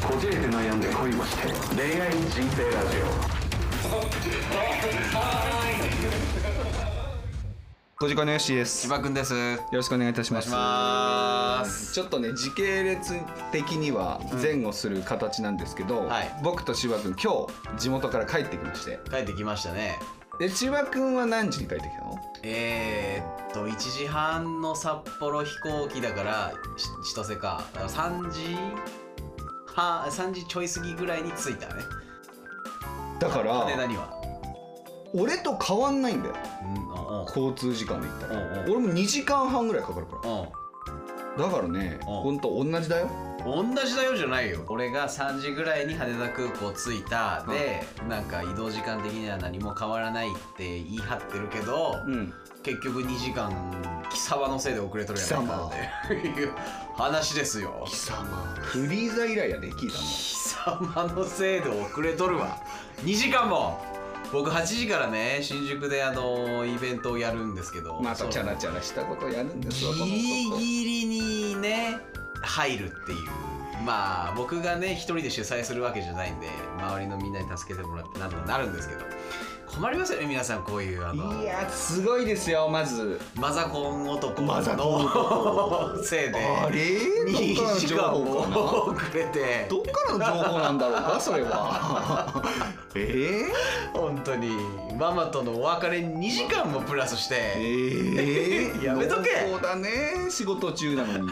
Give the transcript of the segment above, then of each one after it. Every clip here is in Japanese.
こじれて悩んで恋をして恋愛人生ラジ小鹿のよしです。 千葉くんです。よろしくお願いいたします。ちょっとね時系列的には前後する形なんですけど、はい、僕と千葉くん今日地元から帰ってきまして。 帰ってきましたね。 で千葉くんは何時に帰ってきたの ？1時半の札幌飛行機だから千歳か3時ちょい過ぎぐらいに着いたね。 だから羽田には俺と変わんないんだよ、交通時間で言ったら。俺も2時間半ぐらいかかるから。だからね、ほんと同じだよ。 同じだよじゃないよ。俺が3時ぐらいに羽田空港着いたで、なんか移動時間的には何も変わらないって言い張ってるけど、結局2時間貴様のせいで遅れとるやないかっていう話ですよ。 貴様フリーザ以来やで聞いたの。 貴様のせいで遅れとるわ。2時間も。僕8時からね新宿でイベントをやるんですけど、 またチャラチャラしたことやるんですよ。 ギリギリにね入るっていう。まあ僕がね一人で主催するわけじゃないんで周りのみんなに助けてもらってなんとかなるんですけど、困りますよね皆さんこういういやすごいですよ。まずマザコン男のせいであれ 2時間も遅れてどっからの情報なんだろうかそれは。 本当にママとのお別れに2時間もプラスして、やめとけ。 そうだね仕事中なのにね。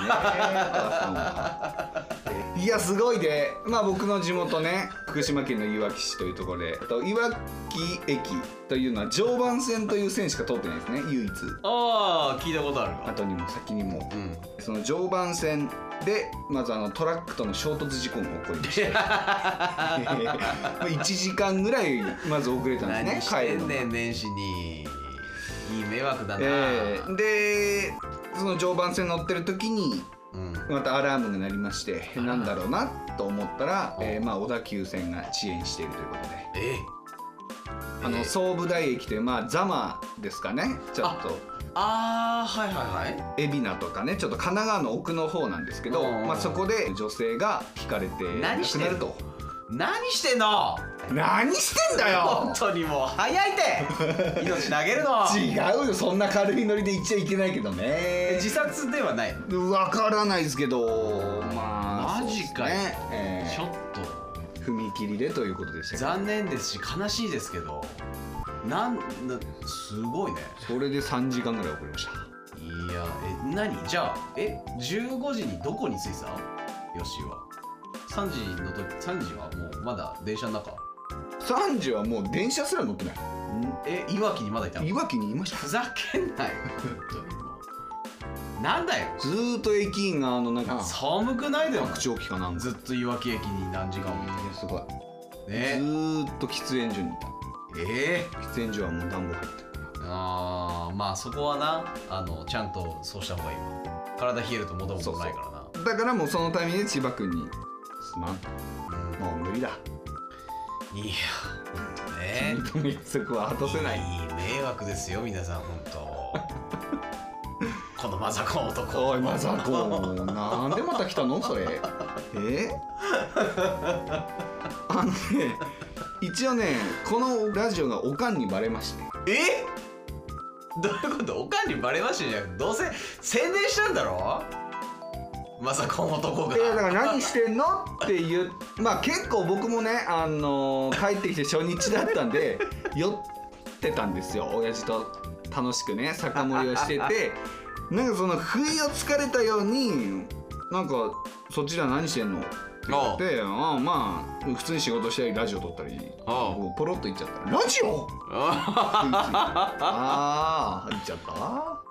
いやすごいで、まあ僕の地元ね福島県のいわき市というところで、いわき駅というのは常磐線という線しか通ってないですね、唯一。 ああ聞いたことあるわ。 後にも先にも、その常磐線でまずトラックとの衝突事故が起こりまして1時間ぐらいまず遅れたんですね。 何してんねん年始に。いい迷惑だな。 でその常磐線乗ってる時にまたアラームが鳴りまして、なんだろうなと思ったら、まあ小田急線が遅延しているということで、総武台駅というまあ座間ですかね、ちょっと。 はいはいはい。 海老名とかねちょっと神奈川の奥の方なんですけど、まあそこで女性がひかれて亡くなると。 何してんの？ 何してんだよ本当にもう早いって命投げるの。 違うよ、そんな軽いノリで言っちゃいけないけどね。 自殺ではないの？ わからないですけど、まあマジかよ、ちょっと踏切でということでしたけど、 残念ですし悲しいですけど、すごいね。 それで3時間ぐらい遅れました。 いや何じゃあ15時にどこに着いた？よしは3時はもうまだ電車の中 ？3時はもう電車すら乗ってない。 いわきにまだいたの？ いわきにいました。 ふざけんなよ本当にもう。なんだよずーっと駅員がなんか寒くないだよ白鳥機かなんかずっといわき駅に何時間も。 いやすごいずねーっと喫煙所にいた。喫煙所はもう暖房入ってる。 まあそこはなちゃんとそうした方がいいわ。体冷えると元も子もないからな。 だからもうそのタイミングで千葉君にすまん、もう無理だ。 いやほんとね君との約束は果たせない。 いい迷惑ですよ皆さんほんとこのマザコン男。 おいマザコンなんでまた来たのそれ。一応ねこのラジオがおかんにバレまして。 どういうこと？おかんにバレましたじゃん。どうせ宣伝したんだろマザコン男が。 だから何してんのっていうまあ結構僕もね帰ってきて初日だったんで酔ってたんですよ。親父と楽しくね酒盛りをしててなんかその不意をつかれたようになんかそっちでは何してんのって言って、まあ普通に仕事したりラジオ撮ったりポロッと言っちゃったらラジオ言っちゃった。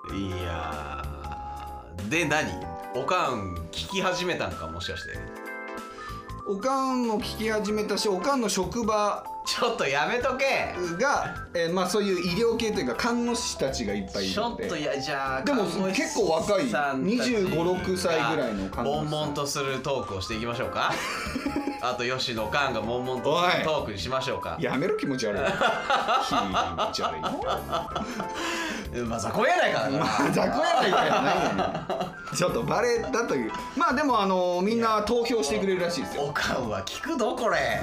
いやで何おかん聞き始めたんかもしかして。 おかんも聞き始めたしおかんの職場ちょっとやめとけが、まあそういう医療系というか看護師たちがいっぱいいるので。 ちょっとじゃあでも結構若い25、6歳ぐらいの看護師さん。 悶々とするトークをしていきましょうかあと吉野おかんが悶々とするトークにしましょうか。 やめろ気持ち悪い気持ち悪いまあ雑魚やないかだからまあ雑魚やないかやないねんちょっとバレたという。まあでもみんな投票してくれるらしいですよ。 おかんは聞くどこれ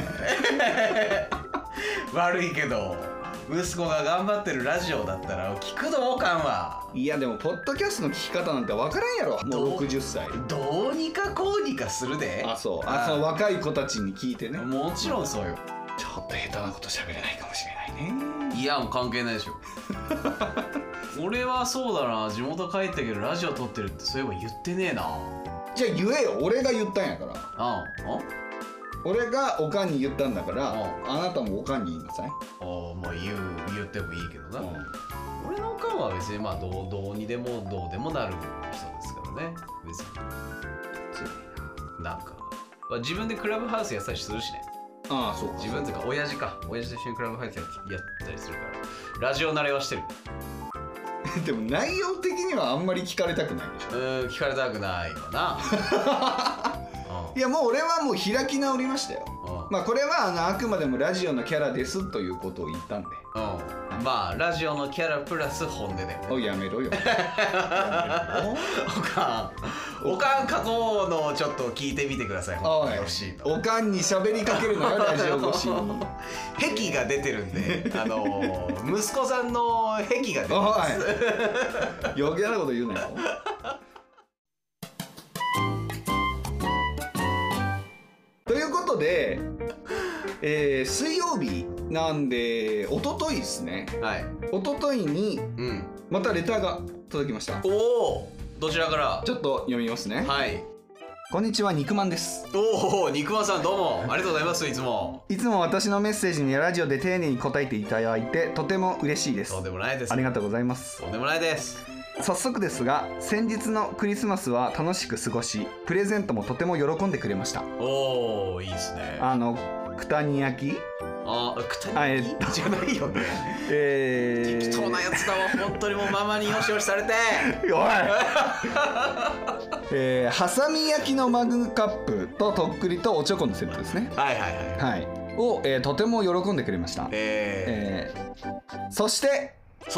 悪いけど息子が頑張ってるラジオだったら聞くどおかんは。 いやでもポッドキャストの聞き方なんて分からんやろ、もう60歳。 どうにかこうにかするで。 あ、そう。あ、その若い子たちに聞いてね。 もちろんそうよ。 ちょっと下手なこと喋れないかもしれないね。 いやもう関係ないでしょ俺はそうだな、地元帰ったけどラジオ撮ってるってそういえば言ってねえな。 じゃあ言えよ、俺が言ったんやから。 あ俺がおかんに言ったんだからあなたもおかんに言いなさい。 まあ言ってもいいけどな、俺のおかんは別にまあどうにでもどうでもなる人ですからね。別になんか、まあ、自分でクラブハウスやったりするしね。 ああ、そうか。 自分というか親父と一緒にクラブハウスやったりするからラジオ慣れはしてるでも内容的にはあんまり聞かれたくないでしょ。 聞かれたくないわな。 いやもう俺はもう開き直りましたよ。まあこれはあくまでもラジオのキャラですということを言ったんで。 まあラジオのキャラプラス本音だよね。 おいやめろよ。 おかん過去のちょっと聞いてみてください。 おい、おかんに喋りかけるのよラジオ越しに。 癖が出てるんで息子さんの癖が出てます。 余計なこと言うなよ。ということで、水曜日なんで一昨日ですね。はい。一昨日にまたレターが届きました。 おお、どちらから？ ちょっと読みますね。 はい。 こんにちは、肉まんです。 おお、肉まんさんどうもありがとうございます。いつも私のメッセージにラジオで丁寧に答えていただいてとても嬉しいです。 とんでもないです。 ありがとうございます。 とんでもないです。 早速ですが、先日のクリスマスは楽しく過ごし、プレゼントもとても喜んでくれました。 おお、いいですね。 九谷焼き？ 九谷焼きじゃないよね。適当なやつだわ。本当にもうママによしよしされて。 おい。ハサミ焼きのマグカップととっくりとおチョコのセットですね。はいはいはい。はい。を、とても喜んでくれました。そして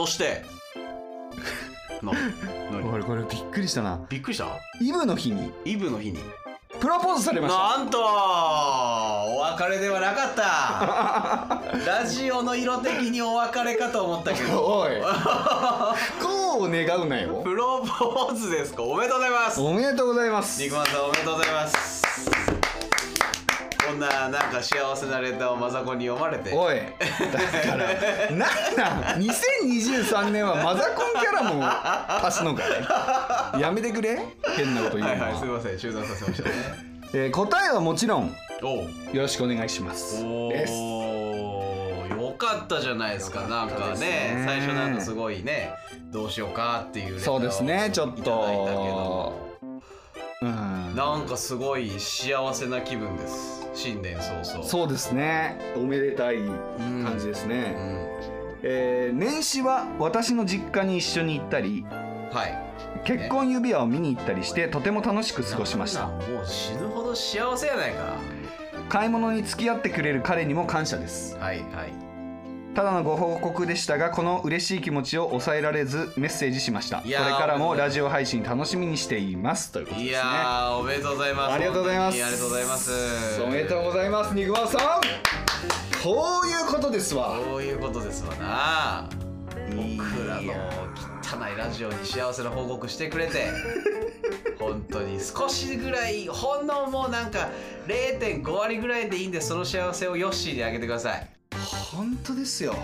これびっくりしたな。 びっくりした。 イブの日にプロポーズされました。 なんとお別れではなかったラジオの色的にお別れかと思ったけどおい不幸を願うなよ。 プロポーズですか。おめでとうございます。 おめでとうございます。 肉まんさんおめでとうございます。こんななんか幸せなレターをマザコンに読まれて。 おいだからなん2023年はマザコンキャラも足すのかね。やめてくれ、変なこと言うのは。 はいはい、すいません、中断させましたね。 答えはもちろんよろしくお願いしますです。 よかったじゃないですか。なんかね、最初なんかすごいね、どうしようかっていうレターをそうですね、ちょっいただいたけとど、なんかすごい幸せな気分です。新年早々。 そうですね、おめでたい感じですね。年始は私の実家に一緒に行ったり、結婚指輪を見に行ったりしてとても楽しく過ごしました。 もう死ぬほど幸せやないか。 買い物に付き合ってくれる彼にも感謝です。 はいはい。 ただのご報告でしたが、この嬉しい気持ちを抑えられずメッセージしました。これからもラジオ配信楽しみにしていますということですね。 いやー、おめでとうございます。 ありがとうございます。 ありがとうございます。 おめでとうございます、肉まんさん。こういうことですわ。 こういうことですわな。僕らの汚いラジオに幸せな報告してくれて本当に少しぐらい、ほんのもうなんか 0.5 割ぐらいでいいんで、その幸せをヨッシーにあげてください。 本当ですよ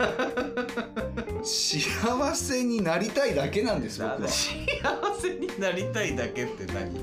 幸せになりたいだけなんです。僕は幸せになりたいだけって何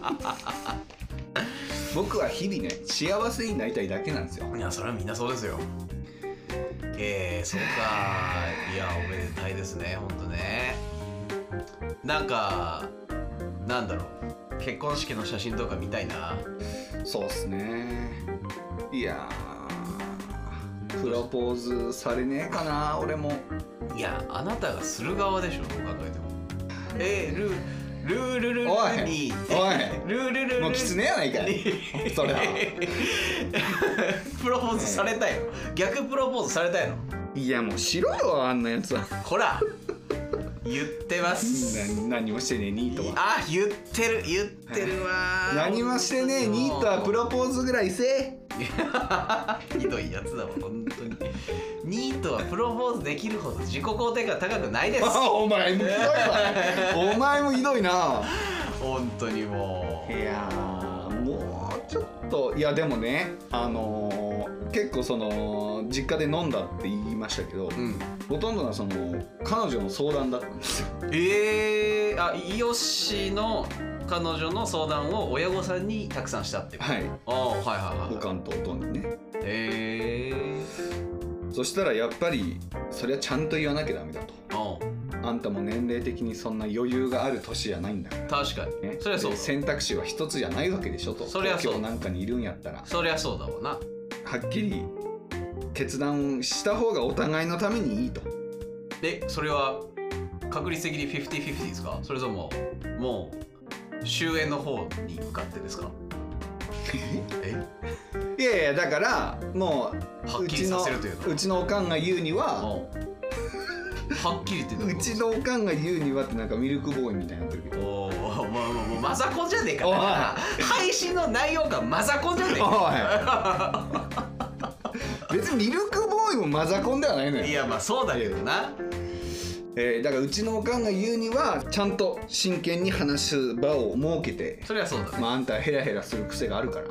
僕は日々ね、幸せになりたいだけなんですよ。 いや、それはみんなそうですよ。そうか。いや、おめでたいですね、ほんとね。なんかなんだろう、結婚式の写真とか見たいな。そうっすね。 いやー、プロポーズされねえかな、俺も。 いや、あなたがする側でしょ、どう考えても。ルールルルにルールルルもうキツネやないかいそれはプロポーズされたいの？逆プロポーズされたいの？ いや、もうしろよ、あんなやつは。 ほら言ってます何もしてねえニートは。 あ、言ってるわ何もしてねえニートはプロポーズぐらいせひどいやつだわ本当に。ニートはプロポーズできるほど自己肯定感高くないです。 お前もひどいわお前もひどいな本当にもう。 いやもうちょっといやでもね結構その実家で飲んだって言いましたけど、ほとんどがその彼女の相談だったんですよ。 あ、イヨシの彼女の相談を親御さんにたくさんしたってこと。 はい。 はいおかんとおとんにね。そしたらやっぱりそれはちゃんと言わなきゃダメだと。あんたも年齢的にそんな余裕がある年じゃないんだから。 確かに、 ね、 そりゃそうだ。 選択肢は一つじゃないわけでしょと。 そりゃそう。 東京なんかにいるんやったら。 そりゃそうだわな。 はっきり決断した方がお互いのためにいいと。 でそれは確率的に 50/50 ですか？それとももう終焉の方に向かってですか？ いやいやだからもうはっきりさせるというのうちのおかんが言うにははっきりってうちのおかんが言うにはってなんかミルクボーイみたいになってるけど。 もうマザコンじゃねえかな。配信の内容がマザコンじゃねえか。 別にミルクボーイもマザコンではないのよ。 いやまあそうだけどな。 だからうちのおかんが言うにはちゃんと真剣に話す場を設けて。 それはそうだね。 まああんたヘラヘラする癖があるから。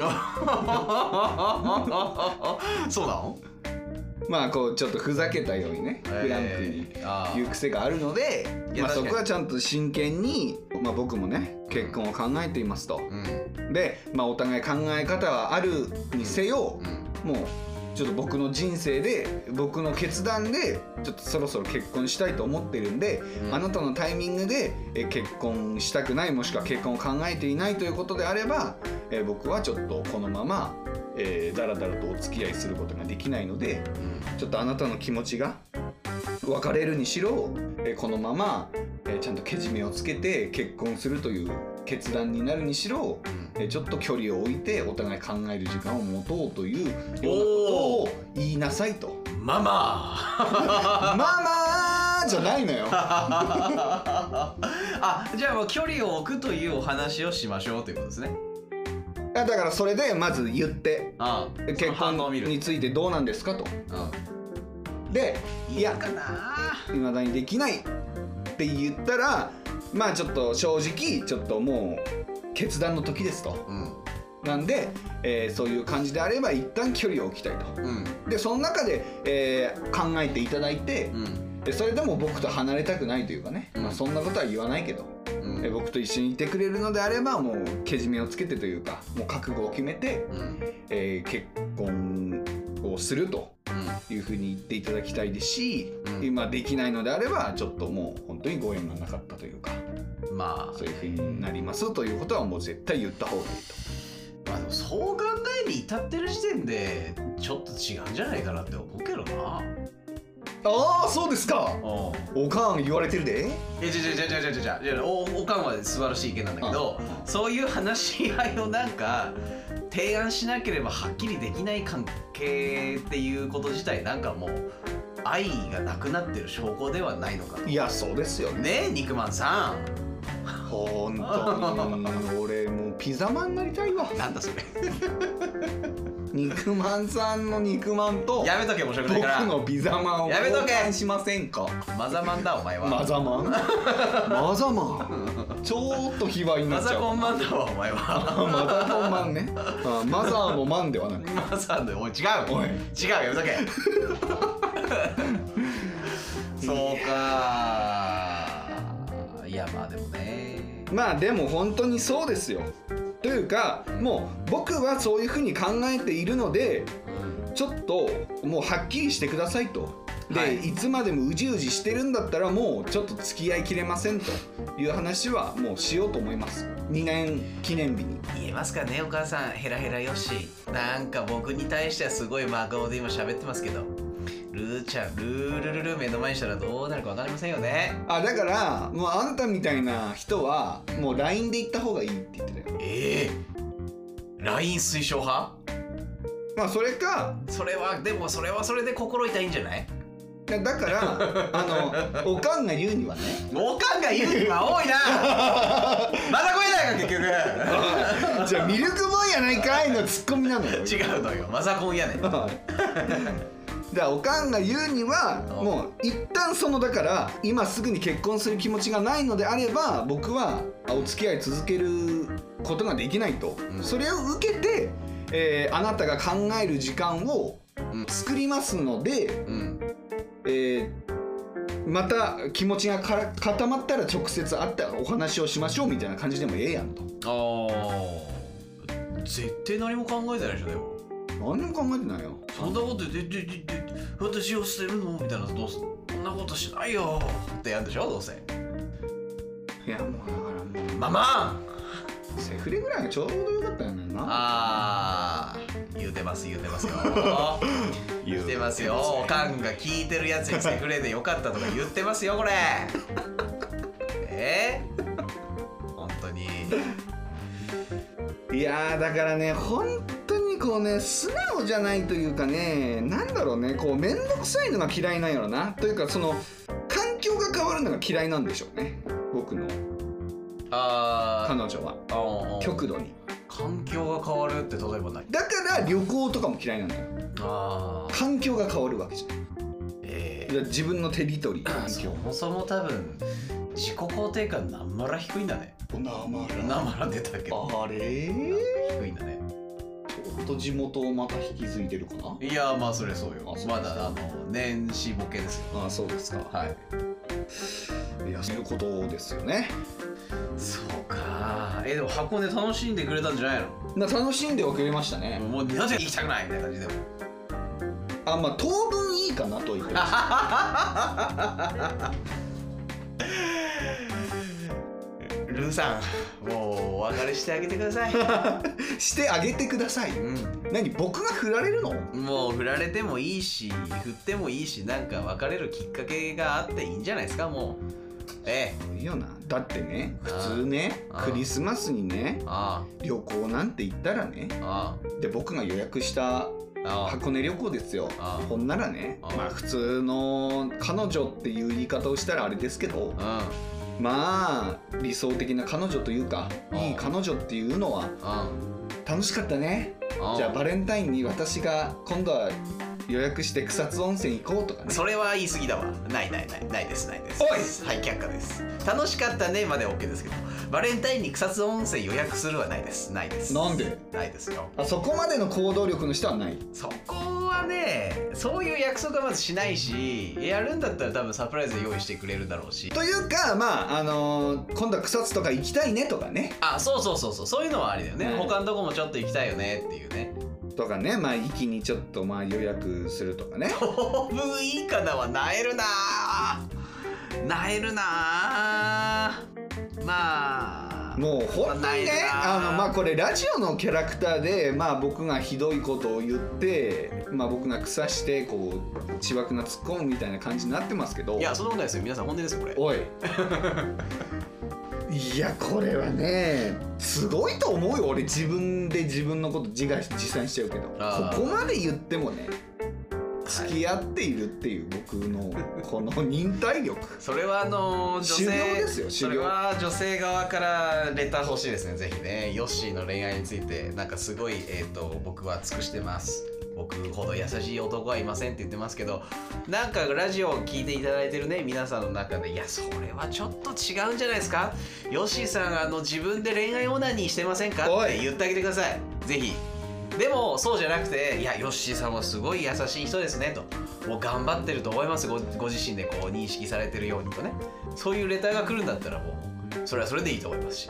そうなの？ まあこうちょっとふざけたようにね、フランクに言う癖があるので、まあそこはちゃんと真剣に、まあ僕もね結婚を考えていますと。でまあお互い考え方はあるにせよ、もうちょっと僕の人生で僕の決断でちょっとそろそろ結婚したいと思ってるんで、あなたのタイミングで結婚したくないもしくは結婚を考えていないということであれば、僕はちょっとこのままだらだらとお付き合いすることができないので、ちょっとあなたの気持ちが別れるにしろ、このまま、ちゃんとけじめをつけて結婚するという決断になるにしろ、ちょっと距離を置いてお互い考える時間を持とうというようなことを言いなさいと。 ママママじゃないのよ。 あ、じゃあもう距離を置くというお話をしましょうということですね。 だからそれでまず言って結婚についてどうなんですかと。でいやいまだにできないって言ったら、まあちょっと正直ちょっともう決断の時ですと。なんで、そういう感じであれば一旦距離を置きたいと。でその中で、考えていただいて、それでも僕と離れたくないというかね、まあ、そんなことは言わないけど、僕と一緒にいてくれるのであればもうけじめをつけてというかもう覚悟を決めて、結婚をするというふうに言っていただきたいですし、今できないのであればちょっともう本当にご縁がなかったというか、まあそういうふうになりますということはもう絶対言った方がいいと。 まあでもそう考えに至ってる時点でちょっと違うんじゃないかなって思うけどな。 ああそうですか。おかん言われてるで。 おかんは素晴らしい意見なんだけど、そういう話し合いをなんか提案しなければはっきりできない関係っていうこと自体なんかもう愛がなくなってる証拠ではないのかと。 いやそうですよね。肉まんさん本当に俺もうピザマンになりたいわ。 なんだそれ。 肉まんさんの肉まんとやめとけ面白くないから僕のピザマンを交換しませんか。 マザマンだお前は。 マザマンマザマンちょっと卑猥になっちゃう。 マザコンマンだわお前は。 マザコンマンね。マザーのマンではない。 マザーのおい違うおい違うやめとけ。そうか。いやまあでもね。 まあでも本当にそうですよ。というかもう僕はそういうふうに考えているので、ちょっともうはっきりしてくださいと。で、いつまでもうじうじしてるんだったらもうちょっと付き合いきれませんという話はもうしようと思います。2年記念日に言えますかねお母さん。ヘラヘラよし。なんか僕に対してはすごい真顔で今喋ってますけど、ルーちゃんルールルル目の前にしたらどうなるか分かりませんよね。 だからもうあんたみたいな人はもう LINE で行った方がいいって言ってたよ。 LINE 推奨派？ まあそれかそれはでもそれはそれで心痛いんじゃない？ だからおかんが言うにはね、 おかんが言うには多いなまだこれないか結局じゃあミルクボーイやないかいのツッコミなのよ。 違うのよ、マザコンやねんだからおかんが言うにはもう一旦だから今すぐに結婚する気持ちがないのであれば僕はお付き合い続けることができないと、それを受けて、あなたが考える時間を作りますので、また気持ちが固まったら直接会ってお話をしましょうみたいな感じでもええやんと。 絶対何も考えてないでしょ。でも何も考えてないよ。 そんなことで私を捨てるのみたいな、どうすそんなことしないよってやんでしょどうせ。 いやもうだからもうママセフレぐらいがちょうどよかったよねな。 言うてますよ言ってますよ。おかんが聞いてるやつにセフレでよかったとか言ってますよこれ本当に。いやだからね本当にこうね素直じゃないというかね、なんだろうね、こう面倒くさいのが嫌いなんやろなというか、その環境が変わるのが嫌いなんでしょうね僕の彼女は。極度に環境が変わるって例えばないだから旅行とかも嫌いなんだよ。環境が変わるわけじゃない、自分のテリトリー環境。 そもそも多分自己肯定感なまら低いんだね。 なまら出たけどあれ低いんだね。 ちょっと地元をまた引き継いでるかな。 いやまあそれそうよ。まだ年始ボケですよ。 そうですか。 はい。 いやそういうことですよね。 そうか。でも箱根楽しんでくれたんじゃないの？ 楽しんではくれましたね。 もうなぜ行きたくないみたいな感じでも。 まあ当分いいかなと言ってまルーさんもうお別れしてあげてくださいしてあげてください。何僕が振られるの？ もう振られてもいいし振ってもいいし、なんか別れるきっかけがあっていいんじゃないですかもう。 いいよな。だってね普通ねクリスマスにね旅行なんて行ったらねで僕が予約した箱根旅行ですよ。ほんならねまあ普通の彼女っていう言い方をしたらあれですけど、まあ理想的な彼女というかいい彼女っていうのは楽しかったね、じゃあバレンタインに私が今度は予約して草津温泉行こうとかね。 それは言い過ぎだわ。ないですおいはい却下です。楽しかったねまで OK ですけど、バレンタインに草津温泉予約するはないです。 なんで？ ないですよ。 そこまでの行動力の人はない。 そこはねそういう約束はまずしないし、やるんだったら多分サプライズで用意してくれるだろうし。 というかまあ今度は草津とか行きたいねとかね。 そういうのはありだよね。他のとこもちょっと行きたいよねっていうね。 とかね、まあ一気にちょっとまあ予約するとかね。 当分いいかなはなえるなまあもう本当にねまあこれラジオのキャラクターでまあ僕がひどいことを言ってまあ僕が腐してこうちわくな突っ込むみたいな感じになってますけど、 いやそんなことないですよ。皆さん本音ですよこれ。 おいいやこれはねすごいと思うよ。俺自分で自分のこと自賛しちゃうけど、ここまで言ってもね付き合っているっていう僕のこの忍耐力それは女性修行ですよ。 それは女性側からレター欲しいですね。ぜひねヨッシーの恋愛についてなんかすごい僕は尽くしてます、僕ほど優しい男はいませんって言ってますけど、なんかラジオを聞いていただいてるね皆さんの中で、いやそれはちょっと違うんじゃないですか、ヨッシーさん自分で恋愛オナニーしてませんかって言ってあげてくださいぜひ。でもそうじゃなくて、いやヨッシーさんはすごい優しい人ですねと、もう頑張ってると思います、ご自身でこう認識されてるようにとね、そういうレターが来るんだったらもうそれはそれでいいと思いますし、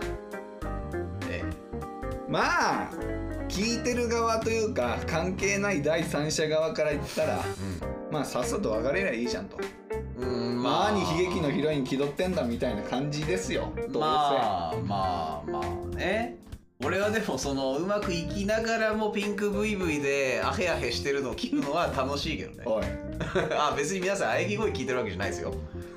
まあ聞いてる側というか関係ない第三者側から言ったら、まあさっさと別れりゃいいじゃんと。まあに悲劇のヒロイン気取ってんだみたいな感じですよ。どうせまあね。俺はでもうまくいきながらもピンクブイブイでアヘアヘしてるのを聞くのは楽しいけどね。 おい別に皆さん喘ぎ声聞いてるわけじゃないですよ。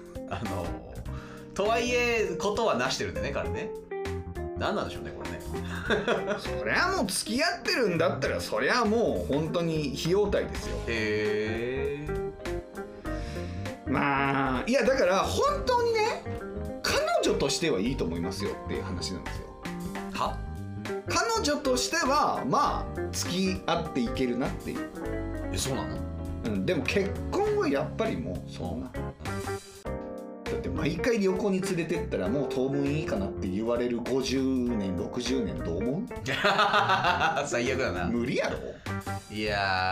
とはいえことはなしてるんでね彼ね。何なんでしょうねこれね。 そりゃもう付き合ってるんだったらそりゃもう本当に費用対ですよ。 へえ。 まあいやだから本当にね彼女としてはいいと思いますよっていう話なんですよ。 は？ 彼女としてはまあ付き合っていけるなっていう。 そうなの？ うん、でも結婚はやっぱりもうそんな、だって毎回旅行に連れてったらもう当分いいかなって言われる50年60年どう思う？ 最悪だな。 無理やろ。 い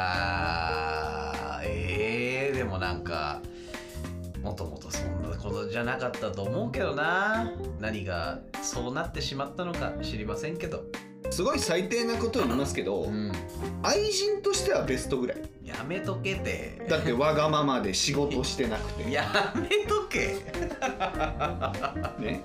やーでもなんかもともとそんなことじゃなかったと思うけどな。何がそうなってしまったのか知りませんけど。 すごい最低なことを言いますけど、うん、愛人としてはベストぐらい。 やめとけて。 だってわがままで仕事してなくて。 やめとけ。 ね。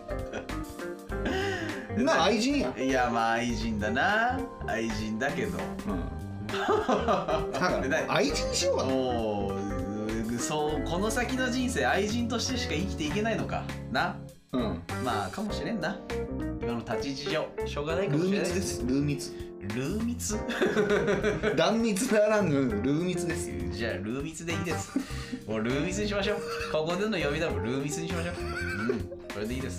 まあ愛人や。 いやまあ愛人だな。愛人だけど。うん。だから愛人にしようかな。 そうこの先の人生愛人としてしか生きていけないのかな。うん。まあかもしれんな。今の立ち位置上しょうがないかもしれない。ルーミツです。ルーミツ。ルーミツ？断蜜ならぬルーミツです。じゃあルーミツでいいです。もうルーミツにしましょう。ここでの呼び名もルーミツにしましょう。うん、これでいいです。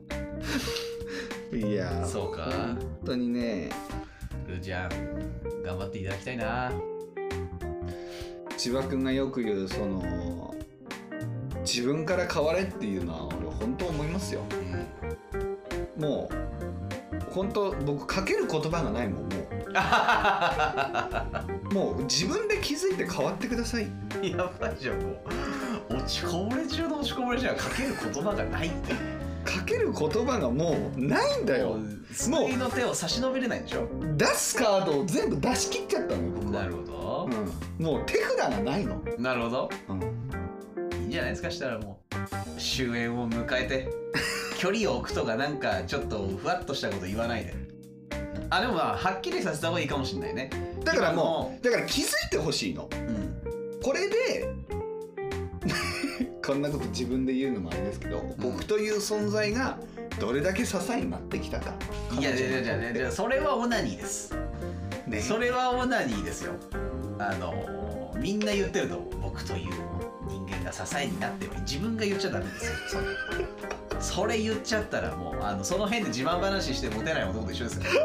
いやそうか。 本当にね。 ルーちゃん頑張っていただきたいな。 千葉くんがよく言うその自分から変われっていうのは俺本当思いますよ。うん、もう本当僕かける言葉がないもんもう自分で気づいて変わってください。やばいじゃん。もう落ちこぼれ中の落ちこぼれじゃん。かける言葉がないってかける言葉がもうないんだよ。救いの手を差し伸べれないんでしょ。出すカードを全部出し切っちゃったのよ僕は。なるほど、うん、もう手札がないの。なるほど、うん、いいんじゃないですか。したらもう終焉を迎えて距離を置くとかなんかちょっとふわっとしたこと言わないで。あでもまあはっきりさせた方がいいかもしれないね。だからもうだから気づいてほしいの、うん、これでこんなこと自分で言うのもあれですけど、うん、僕という存在がどれだけ支えになってきたか。いやじゃあそれはオナニーです、ね、それはオナニーですよ。みんな言ってると僕という人間が支えになっても自分が言っちゃダメですよ。それ言っちゃったらもうその辺で自慢話してモテない男と一緒ですよ。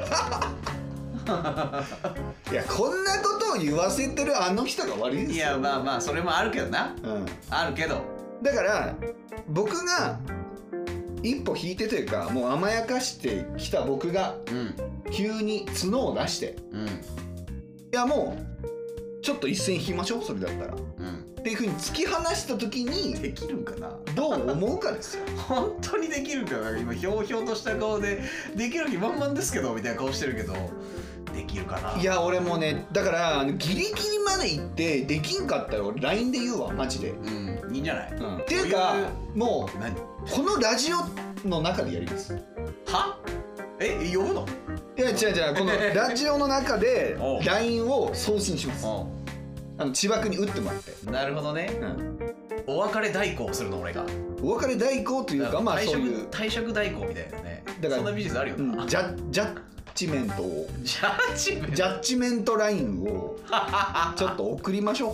いやこんなことを言わせてるあの人が悪いですよ。いやまあまあそれもあるけどな、うん、あるけどだから僕が一歩引いてというかもう甘やかしてきた僕が、うん、急に角を出して、うん、いやもうちょっと一線引きましょうそれだったら、うん、っていう風に突き放した時にできるんかなどう思うかですよ。本当にできるんかな。今ひょうひょうとした顔でできる気満々ですけどみたいな顔してるけどできるかな。いや俺もねだからギリギリまで行ってできんかったら俺 LINE で言うわマジで。うんいいんじゃない、うん、っていうかもうこのラジオの中でやります。は？呼ぶの？いや違うこのラジオの中で LINE を送信します。千葉君に打ってもらって。なるほどね、うん、お別れ代行するの俺が。お別れ代行というかまあそういう退職代行みたいなね。だからそんなビジネスあるよな、うん、ジャッジメントをジャッジメントラインをちょっと送りましょ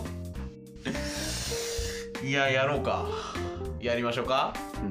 う。いややろうか。やりましょうか。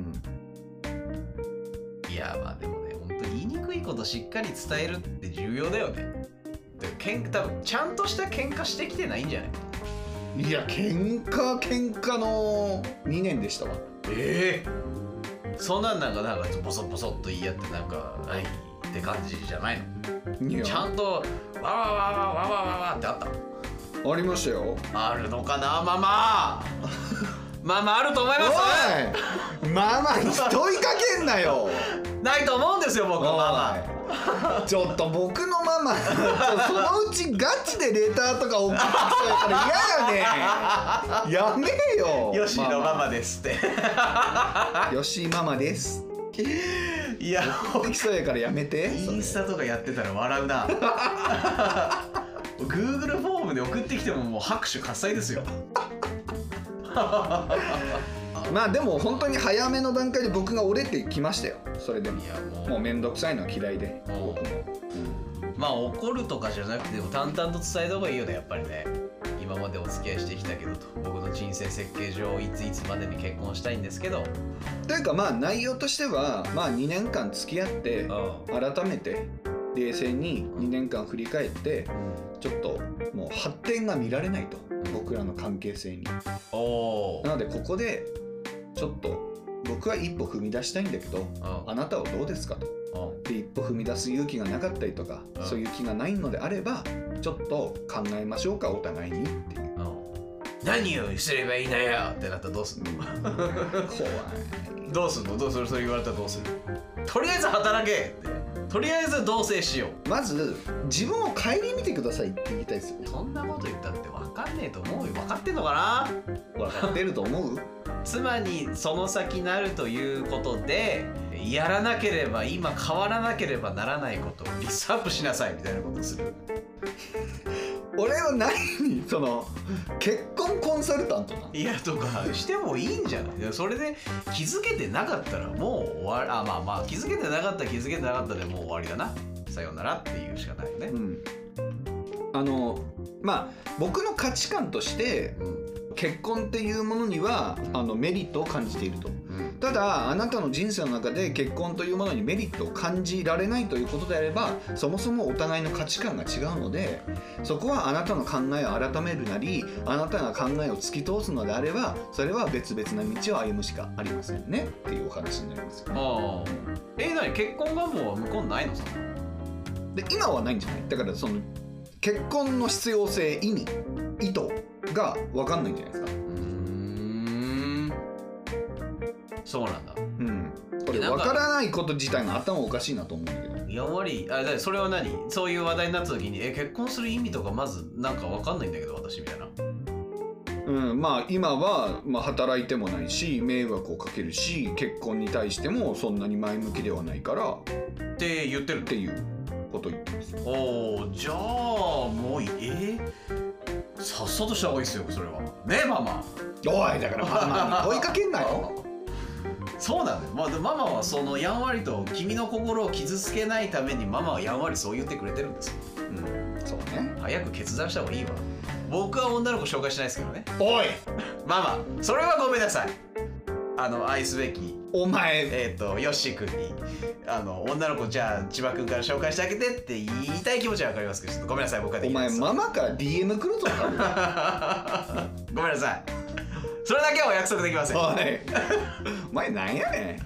うんいやまあでもね本当に言いにくいことしっかり伝えるって重要だよね。多分ちゃんとした喧嘩してきてないんじゃない？いや喧嘩の2年でしたわ。そんなんなんかボソボソっと言い合ってなんかはいって感じじゃないの？ちゃんとわわわわわわわってあった？ありましたよ。あるのかなママ。ママあると思います。おいママに問いかけんなよ。ないと思うんですよ僕のママ。ちょっと僕のママそのうちガチでレターとか送ってきそうやから嫌やね。やめよ。ヨシのママですってヨシママですいや送ってきそうやからやめて。インスタとかやってたら笑うなGoogle フォームで送ってきてももう拍手喝采ですよまあでも本当に早めの段階で僕が折れてきましたよ。それでももうめんどくさいのは嫌いで僕も、うん、まあ怒るとかじゃなくてでも淡々と伝えた方がいいよねやっぱりね。 今までお付き合いしてきたけどと、僕の人生設計上いつまでに結婚したいんですけど、 というかまあ内容としては、まあ2年間付き合って改めて冷静に2年間振り返ってちょっともう発展が見られないと、僕らの関係性に。なのでここでちょっと僕は一歩踏み出したいんだけど、あなたはどうですかと。で一歩踏み出す勇気がなかったりとか、そういう気がないのであればちょっと考えましょうか、お互いにっていう。 何をすればいいのよってなったらどうすんの？ 怖い。 どうすんの？それ言われたらどうする？とりあえず働けって、とりあえず同棲しよう。 まず自分を顧みてくださいって言いたいですよね。 そんなこと言ったって分かんねえと思うよ。分かってんのかな？分かってると思う？ 妻にその先なるということで、やらなければ、今変わらなければならないことをリストアップしなさいみたいなことをする。 俺は何その結婚コンサルタントな。 いやとかしてもいいんじゃない？それで気づけてなかったらもう終わり。まあ気づけてなかったでもう終わりだな、さようならっていうしかないよね。 まあ僕の価値観として、結婚っていうものにはメリットを感じていると。ただあなたの人生の中で結婚というものにメリットを感じられないということであれば、そもそもお互いの価値観が違うので、そこはあなたの考えを改めるなり、あなたが考えを突き通すのであれば、それは別々な道を歩むしかありませんねっていうお話になりますよね。 何結婚願望は向こうないの？そんなで今はないんじゃない？だからその結婚の必要性、意図が分かんないんじゃないですか。 そうなんだ。 これ分からないこと自体が頭おかしいなと思うんだけど。 やんわりそれは何？そういう話題になった時に結婚する意味とかまずなんか分かんないんだけど私みたいな。 まあ今は働いてもないし迷惑をかけるし、結婚に対してもそんなに前向きではないからって言ってるっていうことを言ってます。 じゃあもうさっさとした方がいいですよそれはね。ママおい、だからママに問いかけんなよ。 そうなんだよ。ママはそのやんわりと君の心を傷つけないためにママはやんわりそう言ってくれてるんですよ。 そうね。 早く決断した方がいいわ。僕は女の子紹介しないですけどね。 おいママ、それはごめんなさい。愛すべきお前ヨッシー君に女の子じゃあ千葉君から紹介してあげてって言いたい気持ちは分かりますけど、ちょっとごめんなさい。僕はできないです。 お前ママから DM 来るぞ多分。 ごめんなさい。それだけはお約束できません。 おいお前なんやね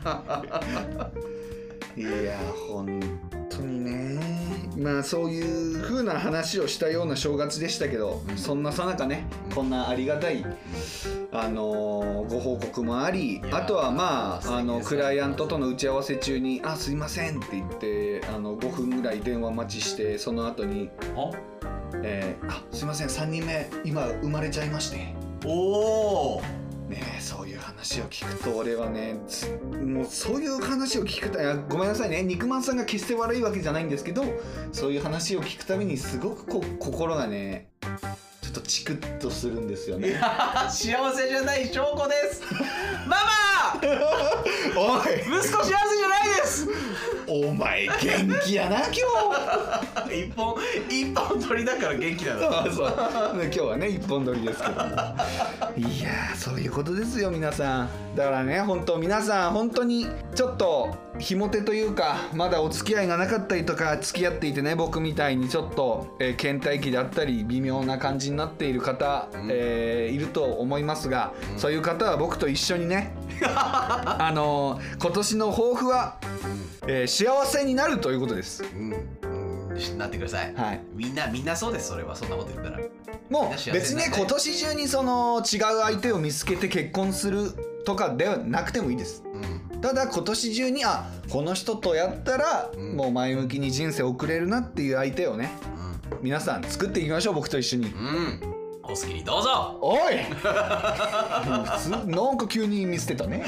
ん。いや本当にね、まあそういう風な話をしたような正月でしたけど、そんなさなかね、こんなありがたいご報告もあり、あとはまあクライアントとの打ち合わせ中に「すいません」って言って5分ぐらい電話待ちして、その後に「すいません3人目今生まれちゃいまして」 おおねえ、そういう話を聞くと俺はね、もうそういう話を聞くと、ごめんなさいね、肉まんさんが決して悪いわけじゃないんですけど、そういう話を聞くたびにすごく心がねちょっとチクッとするんですよね。 幸せじゃない証拠ですママおい息子幸せじゃないです。 お前元気やな今日。 一本取りだから元気なの。 そう今日はね一本取りですけどいやーそういうことですよ皆さん。だからね本当皆さん本当にちょっとひも手というか、まだお付き合いがなかったりとか、付き合っていてね僕みたいにちょっと、倦怠期だったり微妙な感じになっている方、いると思いますが、そういう方は僕と一緒にね今年の抱負は、幸せになるということです。 なってください。はい。みんなそうです。それはそんなこと言ったら。 もう別にね今年中にその違う相手を見つけて結婚するとかではなくてもいいです。ただ今年中にこの人とやったら、もう前向きに人生送れるなっていう相手をね、皆さん作っていきましょう。僕と一緒に。 お好きにどうぞ。 おい普通なんか急に見捨てたね。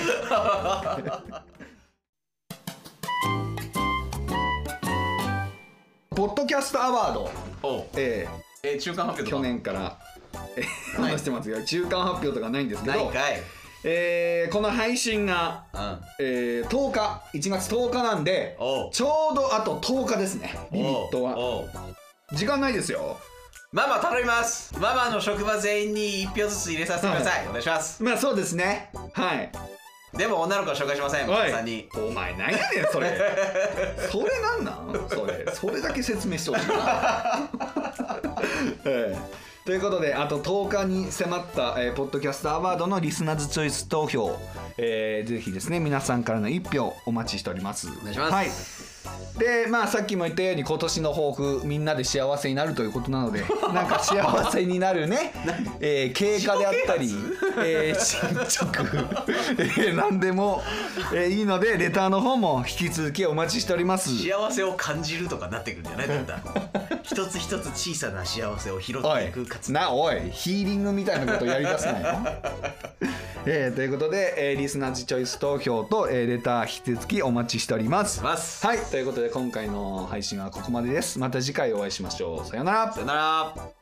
ポッドキャストアワード中間発表とか去年から話してますよ。中間発表とかないんですけど、 ないかい。 この配信が、1月10日なんでちょうどあと10日ですね。リミットは時間ないですよ。 ママ頼みます。ママの職場全員に1票ずつ入れさせてください、お願いします。 まあそうですね。はい。 でも女の子は紹介しません。さんに。 お前何やねんそれ。それなんなんそれだけ説明してほしいな。ということで、あと10日に迫った、ポッドキャストアワードのリスナーズチョイス投票、ぜひですね皆さんからの1票お待ちしております。 お願いします。 はい。でまあさっきも言ったように今年の抱負みんなで幸せになるということなのでなんか幸せになるね、経過であったり、進捗、何でも、いいのでレターの方も引き続きお待ちしております。 幸せを感じるとかなってくるんじゃないだんだん一つ一つ小さな幸せを拾っていく活動。 おいヒーリングみたいなことやりだすなよ。ということで、リスナーズチョイス投票と、レター引き続きお待ちしております。はい、ということで今回の配信はここまでです。また次回お会いしましょう。さよなら。 さよなら。